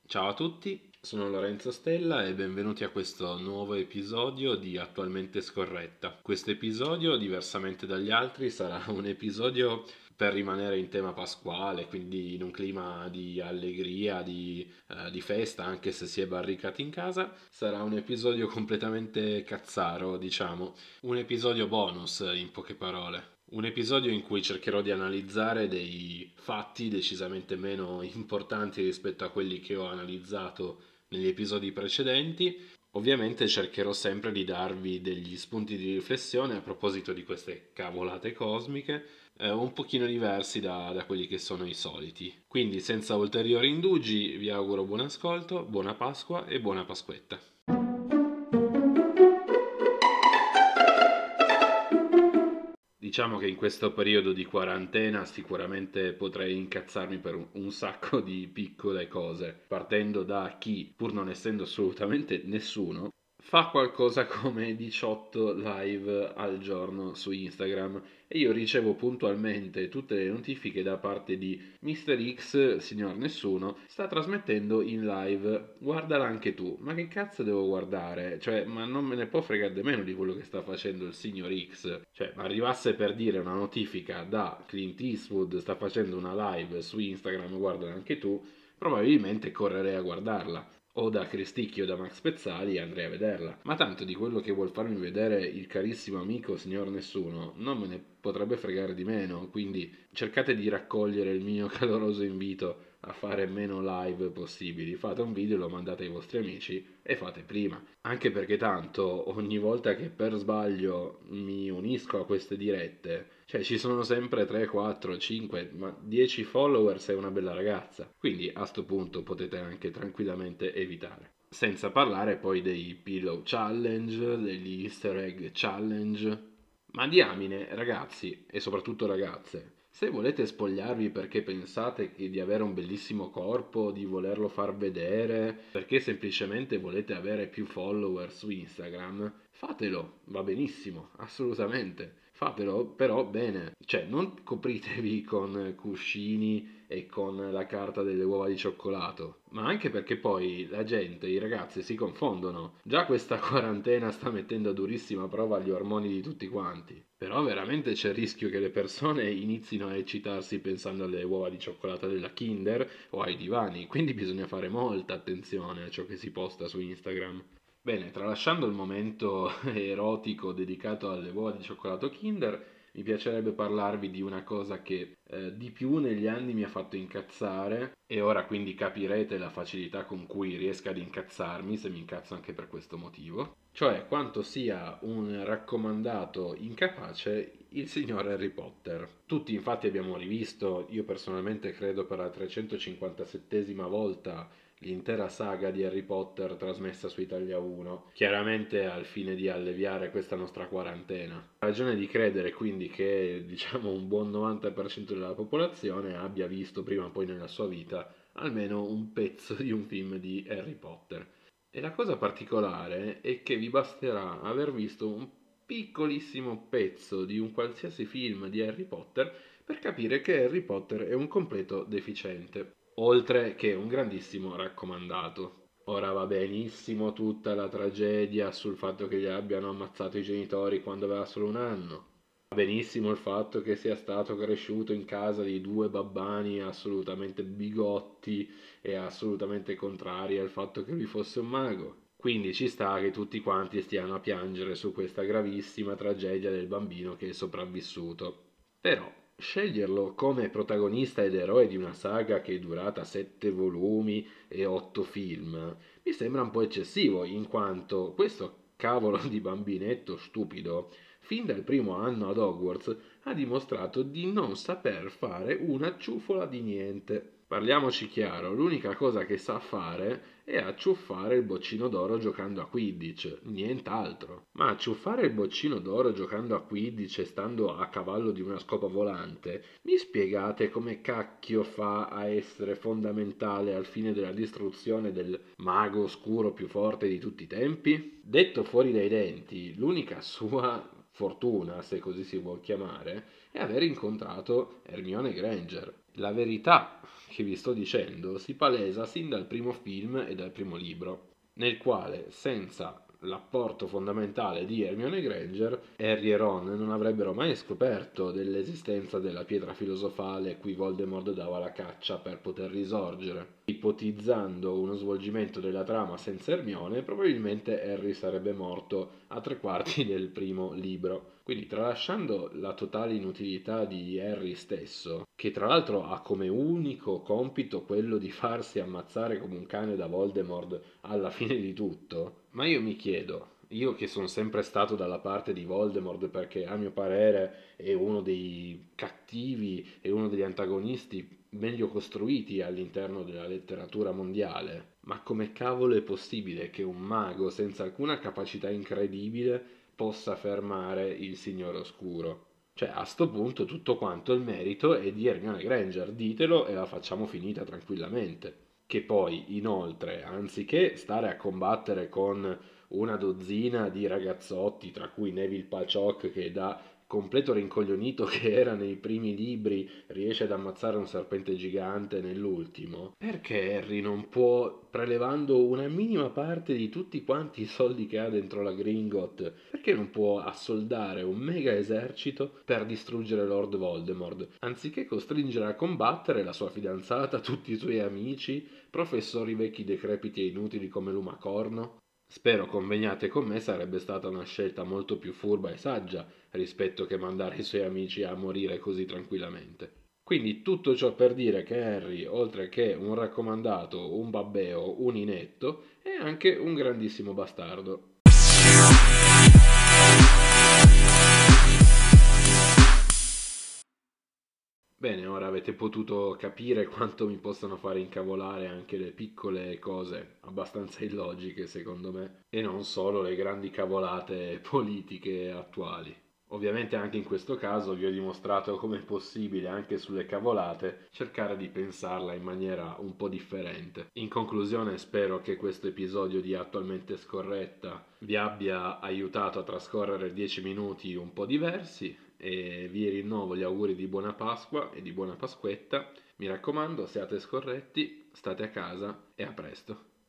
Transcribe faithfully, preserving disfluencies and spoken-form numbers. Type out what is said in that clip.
Ciao a tutti, sono Lorenzo Stella e benvenuti a questo nuovo episodio di Attualmente Scorretta. Questo episodio, diversamente dagli altri, sarà un episodio per rimanere in tema pasquale, quindi in un clima di allegria, di, eh, di festa, anche se si è barricati in casa. Sarà un episodio completamente cazzaro, diciamo, un episodio bonus in poche parole. Un episodio in cui cercherò di analizzare dei fatti decisamente meno importanti rispetto a quelli che ho analizzato negli episodi precedenti. Ovviamente cercherò sempre di darvi degli spunti di riflessione a proposito di queste cavolate cosmiche, eh, un pochino diversi da, da quelli che sono i soliti. Quindi senza ulteriori indugi vi auguro buon ascolto, buona Pasqua e buona Pasquetta. Diciamo che in questo periodo di quarantena sicuramente potrei incazzarmi per un, un sacco di piccole cose, partendo da chi, pur non essendo assolutamente nessuno, fa qualcosa come diciotto live al giorno su Instagram e io ricevo puntualmente tutte le notifiche da parte di mister X, signor Nessuno, sta trasmettendo in live, guardala anche tu. Ma che cazzo devo guardare? Cioè, ma non me ne può fregare di meno di quello che sta facendo il signor X. Cioè, ma arrivasse per dire una notifica da Clint Eastwood sta facendo una live su Instagram, guardala anche tu, probabilmente correrei a guardarla. O da Cristicchio o da Max Pezzali andrei a vederla. Ma tanto di quello che vuol farmi vedere il carissimo amico signor Nessuno non me ne potrebbe fregare di meno, quindi cercate di raccogliere il mio caloroso invito a fare meno live possibili. Fate un video, lo mandate ai vostri amici e fate prima. Anche perché tanto ogni volta che per sbaglio mi unisco a queste dirette, cioè ci sono sempre tre, quattro, cinque, ma dieci followers è una bella ragazza. Quindi a sto punto potete anche tranquillamente evitare. Senza parlare poi dei pillow challenge, degli easter egg challenge. Ma diamine, ragazzi, e soprattutto ragazze, se volete spogliarvi perché pensate che di avere un bellissimo corpo, di volerlo far vedere, perché semplicemente volete avere più follower su Instagram, fatelo, va benissimo, assolutamente. Fatelo però bene, cioè non copritevi con cuscini e con la carta delle uova di cioccolato, ma anche perché poi la gente, i ragazzi si confondono. Già questa quarantena sta mettendo a durissima prova gli ormoni di tutti quanti, però veramente c'è il rischio che le persone inizino a eccitarsi pensando alle uova di cioccolata della Kinder o ai divani, quindi bisogna fare molta attenzione a ciò che si posta su Instagram. Bene, tralasciando il momento erotico dedicato alle uova di cioccolato Kinder, mi piacerebbe parlarvi di una cosa che eh, di più negli anni mi ha fatto incazzare e ora quindi capirete la facilità con cui riesco ad incazzarmi se mi incazzo anche per questo motivo, cioè quanto sia un raccomandato incapace il signor Harry Potter. Tutti infatti abbiamo rivisto, io personalmente credo per la trecentocinquantasettesima volta, l'intera saga di Harry Potter trasmessa su Italia uno, chiaramente al fine di alleviare questa nostra quarantena. Ha ragione di credere quindi che diciamo un buon novanta per cento della popolazione abbia visto prima o poi nella sua vita almeno un pezzo di un film di Harry Potter. E la cosa particolare è che vi basterà aver visto un piccolissimo pezzo di un qualsiasi film di Harry Potter per capire che Harry Potter è un completo deficiente, oltre che un grandissimo raccomandato. Ora va benissimo tutta la tragedia sul fatto che gli abbiano ammazzato i genitori quando aveva solo un anno. Va benissimo il fatto che sia stato cresciuto in casa di due babbani assolutamente bigotti e assolutamente contrari al fatto che lui fosse un mago. Quindi ci sta che tutti quanti stiano a piangere su questa gravissima tragedia del bambino che è sopravvissuto. Però sceglierlo come protagonista ed eroe di una saga che è durata sette volumi e otto film mi sembra un po' eccessivo, in quanto questo cavolo di bambinetto stupido, fin dal primo anno ad Hogwarts, ha dimostrato di non saper fare una ciufola di niente. Parliamoci chiaro, l'unica cosa che sa fare è acciuffare il boccino d'oro giocando a Quidditch, nient'altro. Ma acciuffare il boccino d'oro giocando a Quidditch e stando a cavallo di una scopa volante, mi spiegate come cacchio fa a essere fondamentale al fine della distruzione del mago oscuro più forte di tutti i tempi? Detto fuori dai denti, l'unica sua fortuna, se così si vuol chiamare, è aver incontrato Hermione Granger. La verità che vi sto dicendo si palesa sin dal primo film e dal primo libro, nel quale, senza l'apporto fondamentale di Hermione Granger, Harry e Ron non avrebbero mai scoperto dell'esistenza della pietra filosofale cui Voldemort dava la caccia per poter risorgere. Ipotizzando uno svolgimento della trama senza Hermione, probabilmente Harry sarebbe morto a tre quarti del primo libro. Quindi, tralasciando la totale inutilità di Harry stesso, che tra l'altro ha come unico compito quello di farsi ammazzare come un cane da Voldemort alla fine di tutto, ma io mi chiedo, io che sono sempre stato dalla parte di Voldemort perché a mio parere è uno dei cattivi e uno degli antagonisti meglio costruiti all'interno della letteratura mondiale, ma come cavolo è possibile che un mago senza alcuna capacità incredibile possa fermare il Signore Oscuro? Cioè, a sto punto tutto quanto il merito è di Hermione Granger, ditelo e la facciamo finita tranquillamente. Che poi, inoltre, anziché stare a combattere con una dozzina di ragazzotti, tra cui Neville Paciok che da completo rincoglionito che era nei primi libri riesce ad ammazzare un serpente gigante nell'ultimo, perché Harry non può, prelevando una minima parte di tutti quanti i soldi che ha dentro la Gringotts, perché non può assoldare un mega esercito per distruggere Lord Voldemort, anziché costringere a combattere la sua fidanzata, tutti i suoi amici, professori vecchi decrepiti e inutili come Lumacorno? Spero conveniate con me, sarebbe stata una scelta molto più furba e saggia rispetto che mandare i suoi amici a morire così tranquillamente. Quindi tutto ciò per dire che Harry, oltre che un raccomandato, un babbeo, un inetto, è anche un grandissimo bastardo. Bene, ora avete potuto capire quanto mi possono fare incavolare anche le piccole cose abbastanza illogiche, secondo me, e non solo le grandi cavolate politiche attuali. Ovviamente anche in questo caso vi ho dimostrato come è possibile, anche sulle cavolate, cercare di pensarla in maniera un po' differente. In conclusione, spero che questo episodio di Attualmente Scorretta vi abbia aiutato a trascorrere dieci minuti un po' diversi e vi rinnovo gli auguri di buona Pasqua e di buona Pasquetta. Mi raccomando, siate scorretti, state a casa e a presto.